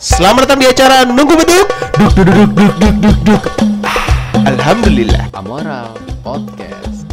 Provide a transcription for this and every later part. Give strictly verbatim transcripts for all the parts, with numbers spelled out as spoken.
Selamat datang di acara Nunggu Beduk. Duk duk duk duk duk duk duk. Alhamdulillah. Amoral Podcast.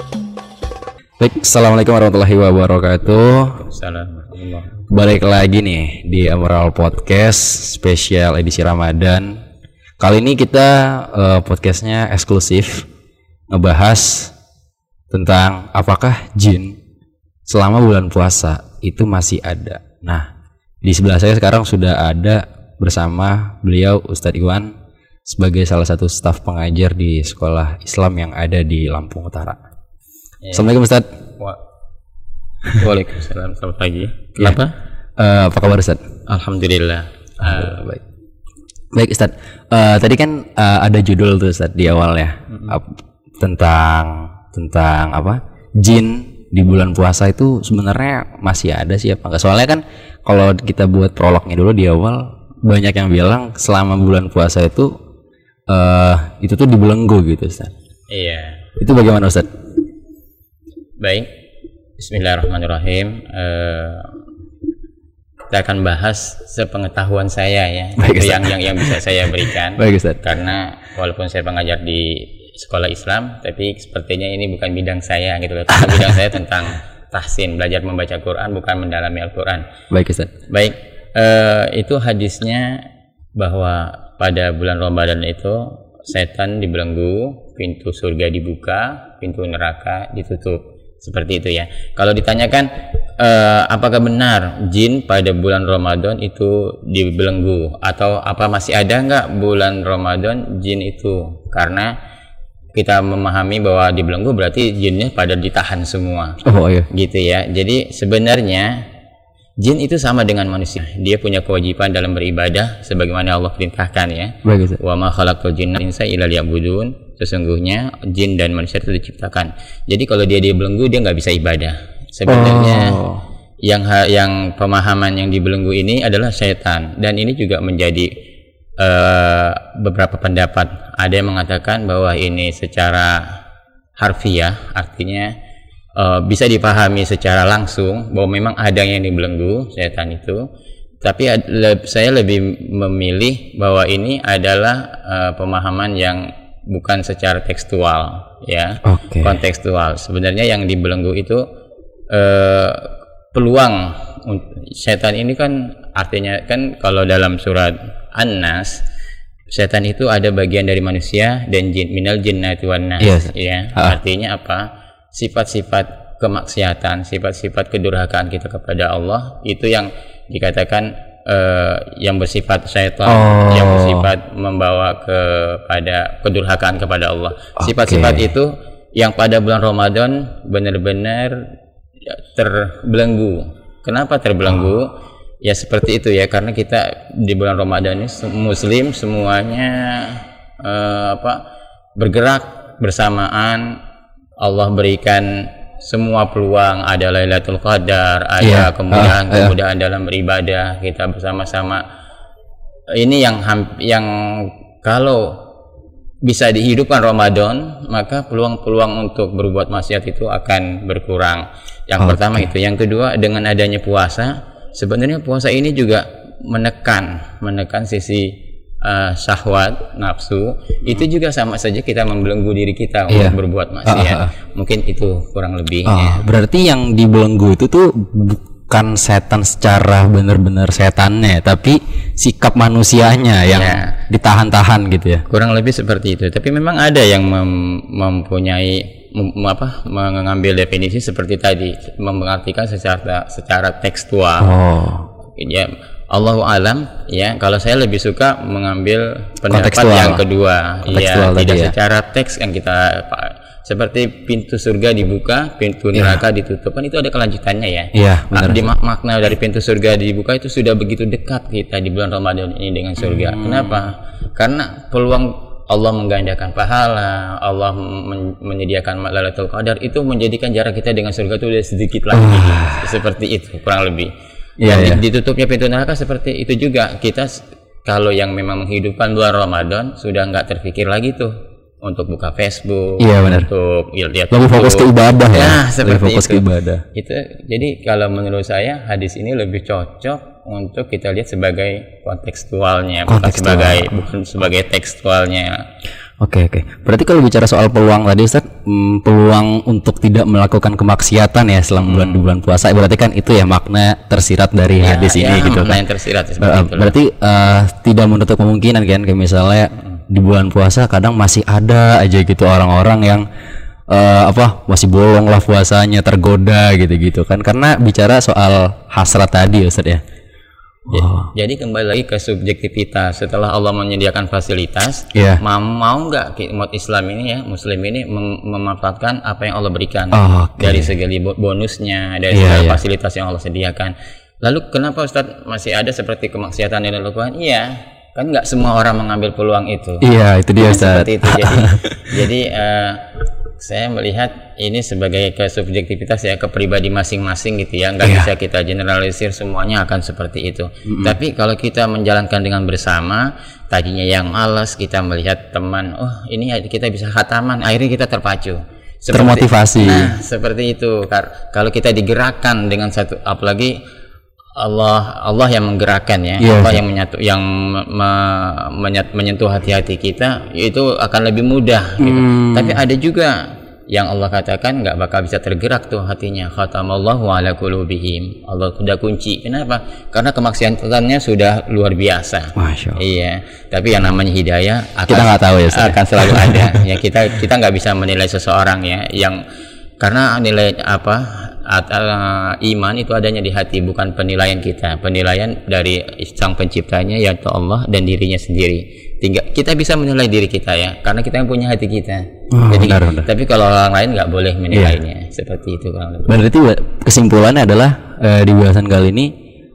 Baik, assalamualaikum warahmatullahi wabarakatuh. Assalamualaikum. Balik lagi nih di Amoral Podcast spesial edisi Ramadan. Kali ini kita uh, podcastnya eksklusif ngebahas tentang apakah jin selama bulan puasa itu masih ada. Nah, di sebelah saya sekarang sudah ada bersama beliau Ustadz Iwan sebagai salah satu staf pengajar di sekolah Islam yang ada di Lampung Utara. Ya. Assalamualaikum Ustadz. Wa- Waalaikumsalam. Selamat pagi. Kenapa? Uh, apa kabar Ustadz? Alhamdulillah. Uh, baik. Baik Ustadz. Uh, tadi kan uh, ada judul tuh Ustadz di awal ya, mm-hmm. uh, tentang tentang apa? Jin di bulan puasa itu sebenarnya masih ada sih apa enggak? Soalnya kan kalau kita buat prolognya dulu di awal banyak yang bilang selama bulan puasa itu uh, itu tuh dibelenggu gitu Ustaz. Iya. Itu bagaimana Ustaz? Baik. Bismillahirrahmanirrahim. Uh, kita akan bahas sepengetahuan saya ya. Baik, itu yang yang yang bisa saya berikan. Baik Ustaz. Karena walaupun saya pengajar di sekolah Islam, tapi sepertinya ini bukan bidang saya gitu loh. Karena bidang saya tentang tahsin, belajar membaca Quran, bukan mendalami Al-Quran. Baik Ustaz. Baik, eh, itu hadisnya bahwa pada bulan Ramadan itu setan dibelenggu, pintu surga dibuka, pintu neraka ditutup. Seperti itu ya. Kalau ditanyakan eh, apakah benar jin pada bulan Ramadan itu dibelenggu atau apa masih ada nggak bulan Ramadan jin itu? Karena kita memahami bahwa dibelenggu berarti jinnya pada ditahan semua. Oh iya. Gitu ya. Jadi sebenarnya jin itu sama dengan manusia. Dia punya kewajiban dalam beribadah sebagaimana Allah perintahkan ya. Baik Ustaz. Wa ma khalaqtul jinna wal insa illa liya'budun. Sesungguhnya jin dan manusia itu diciptakan. Jadi kalau dia dibelenggu dia nggak bisa ibadah. Sebenarnya oh. yang yang pemahaman yang dibelenggu ini adalah setan, dan ini juga menjadi Uh, beberapa pendapat. Ada yang mengatakan bahwa ini secara harfiah, artinya uh, bisa dipahami secara langsung bahwa memang ada yang dibelenggu setan itu, tapi ad, le, saya lebih memilih bahwa ini adalah uh, pemahaman yang bukan secara tekstual ya. Okay. Kontekstual. Sebenarnya yang dibelenggu itu uh, peluang. Setan ini kan artinya kan kalau dalam surat An-Nas, setan itu ada bagian dari manusia dan jin, minal jinnati wan nas. Yes. Ya. Ah. Artinya apa? Sifat-sifat kemaksiatan, sifat-sifat kedurhakaan kita kepada Allah itu yang dikatakan uh, yang bersifat syaitan, oh. yang bersifat membawa kepada kedurhakaan kepada Allah. Okay. Sifat-sifat itu yang pada bulan Ramadan benar-benar terbelenggu. Kenapa terbelenggu? Oh. Ya seperti itu ya, karena kita di bulan Ramadan ini muslim semuanya eh, apa bergerak bersamaan. Allah berikan semua peluang, ada Lailatul Qadar, ada yeah. kemudahan-kemudahan uh, yeah. dalam beribadah, kita bersama-sama. Ini yang yang kalau bisa dihidupkan Ramadan, maka peluang-peluang untuk berbuat maksiat itu akan berkurang. Yang okay. pertama itu, yang kedua dengan adanya puasa, sebenarnya puasa ini juga menekan menekan sisi uh, syahwat, nafsu. Itu juga sama saja kita membelenggu diri kita yeah. untuk berbuat maksiat. Uh, uh, uh. Mungkin itu kurang lebih. Uh, ya. Berarti yang dibelenggu itu tuh bukan setan secara benar-benar setannya, tapi sikap manusianya yang yeah. ditahan-tahan gitu ya. Kurang lebih seperti itu. Tapi memang ada yang mem- mempunyai Mem, apa mengambil definisi seperti tadi, mengartikan secara secara tekstual. Oh. Ya, Allahu alam ya. Kalau saya lebih suka mengambil pendapat kontekstual. Yang kedua, ya tidak ya. Secara teks yang kita seperti pintu surga dibuka, pintu neraka yeah. ditutup, kan itu ada kelanjutannya ya. Yeah, benar. Di makna dari pintu surga dibuka itu sudah begitu dekat kita di bulan Ramadan ini dengan surga. Hmm. Kenapa? Karena peluang Allah menggandakan pahala, Allah men- menyediakan Lailatul Qadar, itu menjadikan jarak kita dengan surga itu sedikit lagi. Uh. Seperti itu kurang lebih. Yeah, Dan yeah. ditutupnya pintu neraka seperti itu juga. Kita kalau yang memang menghidupkan bulan Ramadan sudah nggak terpikir lagi tuh untuk buka Facebook, iya, benar. Untuk lihat lebih fokus ke ibadah ya. Nah, seperti lebih fokus itu. ke ibadah. Itu jadi kalau menurut saya hadis ini lebih cocok untuk kita lihat sebagai kontekstualnya, bukan Kontekstual. sebagai bukan sebagai tekstualnya. Oke oke. Berarti kalau bicara soal peluang tadi Ustaz, hmm, peluang untuk tidak melakukan kemaksiatan ya selama bulan di bulan puasa, berarti kan itu ya makna tersirat dari Ya, hadis ya, ini gitu makna kan. yang tersirat seperti Ber- itulah. berarti eh, tidak menutup kemungkinan kan kayak misalnya di bulan puasa kadang masih ada aja gitu orang-orang yang eh, apa masih bolong lah puasanya, tergoda gitu-gitu kan, karena bicara soal hasrat tadi Ustaz ya. Ja- Jadi kembali lagi ke subjektivitas. Setelah Allah menyediakan fasilitas, Iya. mau mau nggak ki- umat Islam ini ya, Muslim ini mem- memanfaatkan apa yang Allah berikan Oh, oke. dari segi bo- bonusnya, dari Iya, segala iya. fasilitas yang Allah sediakan. Lalu kenapa Ustadz masih ada seperti kemaksiatan yang dilakukan? Iya, kan nggak semua orang mengambil peluang itu. Iya, itu dia Kan Ustaz. seperti itu. Jadi, jadi eh, saya melihat ini sebagai kesubjektivitas ya, kepribadi masing-masing gitu ya. Nggak Iya. bisa kita generalisir semuanya akan seperti itu. Tapi kalau kita menjalankan dengan bersama, tadinya yang malas, kita melihat teman, oh ini kita bisa khataman, akhirnya kita terpacu. Seperti- Termotivasi. Nah, seperti itu. Kar- Kalau kita digerakkan dengan satu, apalagi Allah Allah yang menggerakkan ya, Iya, Allah Ustaz. yang menyatu, yang me- menyat- menyentuh hati-hati kita, itu akan lebih mudah. Gitu. Hmm. Tapi ada juga yang Allah katakan nggak bakal bisa tergerak tuh hatinya. Khatamallahu ala qulubihim. Allah sudah kunci. Kenapa? Karena kemaksiatannya sudah luar biasa. Masya Allah. Iya. Tapi yang namanya hidayah akan, Kita nggak tahu ya, Ustaz. akan selalu ada. Ya kita kita nggak bisa menilai seseorang ya, yang karena nilai apa at- uh, iman itu adanya di hati, bukan penilaian kita. Penilaian dari sang penciptanya yaitu Allah dan dirinya sendiri. Tinggal kita bisa menilai diri kita ya, karena kita yang punya hati kita. Oh, Jadi, benar, benar. tapi kalau orang lain nggak boleh menilainya. Seperti itu kurang lebih. Berarti wa- kesimpulannya adalah eh, di bahasan kali ini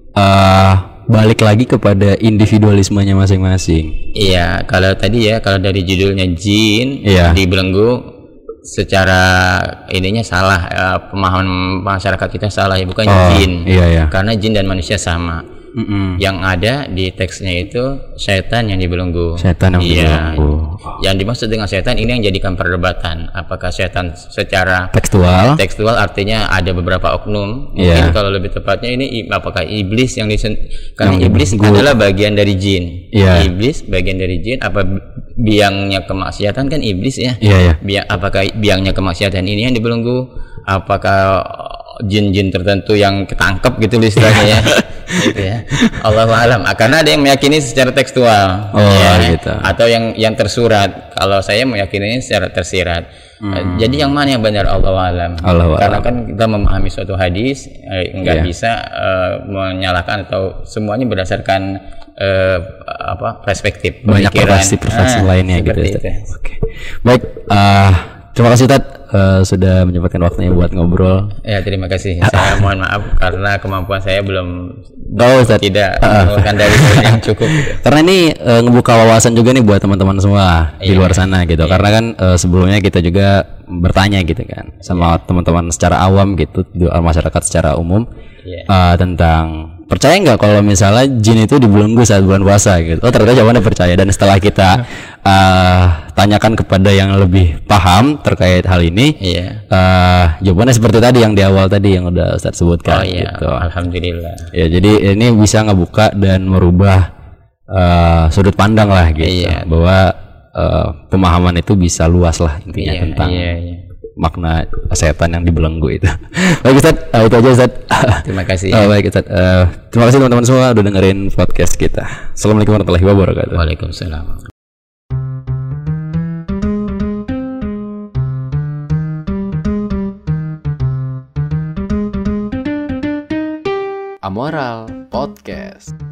eh, balik lagi kepada individualismenya masing-masing. Iya, kalau tadi ya, kalau dari judulnya jin Iya. dibelenggu, secara ininya salah, eh, pemahaman masyarakat kita salah ya, bukan Oh, jin. iya, iya. Karena jin dan manusia sama. Mm-mm. Yang ada di teksnya itu setan yang dibelenggu. Setan yang Iya. dibelenggu. Yang dimaksud dengan setan ini yang jadikan perdebatan. Apakah setan secara Tekstual. tekstual artinya ada beberapa oknum? Iya. Mungkin kalau lebih tepatnya ini i- apakah iblis yang disen karena Yang iblis dibelenggu. adalah bagian dari jin. Iya. Iblis bagian dari jin. Apa biangnya kemaksiatan kan iblis ya? Iya, iya. Biang, apakah biangnya kemaksiatan ini yang dibelenggu? Apakah jin-jin tertentu yang ketangkep gitu loh istilahnya ya? Gitu ya. Allahu alam. Karena ada yang meyakini secara tekstual, Oh, ya, gitu. atau yang yang tersurat. Kalau saya meyakininya secara tersirat. Hmm. Jadi yang mana yang benar? Allahu alam. Allahu Karena alam. kan kita memahami suatu hadis, eh, nggak Iya. bisa eh, menyalahkan atau semuanya berdasarkan eh, apa perspektif Banyak pemikiran. perspektif-perspektif Ah, lainnya gitu. seperti Ustaz. itu. Oke. Baik, eh, terima kasih Tat eh, sudah menyempatkan waktunya buat ngobrol. Ya, terima kasih. Saya mohon maaf karena kemampuan saya belum Oh, Ustaz. tidak Ah. menemukan dari yang cukup. Karena ini eh, ngebuka wawasan juga nih buat teman-teman semua di Iya. luar sana gitu. Karena kan eh, sebelumnya kita juga bertanya gitu kan sama teman-teman secara awam gitu, di masyarakat secara umum Iya. eh, tentang percaya nggak kalau misalnya jin itu dibelenggu saat bulan puasa gitu. Oh, ternyata jawabannya percaya. Dan setelah kita eh, tanyakan kepada yang lebih paham terkait hal ini, Iya. eh, jawabannya seperti tadi yang di awal tadi yang udah Ustaz sebutkan Oh iya, gitu. alhamdulillah. Ya, jadi ini bisa ngebuka dan merubah uh, sudut pandang lah gitu, Iya. bahwa uh, pemahaman itu bisa luas lah intinya Iya, tentang iya, iya. makna setan yang dibelenggu itu. Baik Ustaz, uh, itu aja Ustaz. Terima kasih. Uh, baik Ustaz, Uh, terima kasih teman-teman semua udah dengerin podcast kita. Assalamualaikum warahmatullahi wabarakatuh. Waalaikumsalam. Amoral Podcast.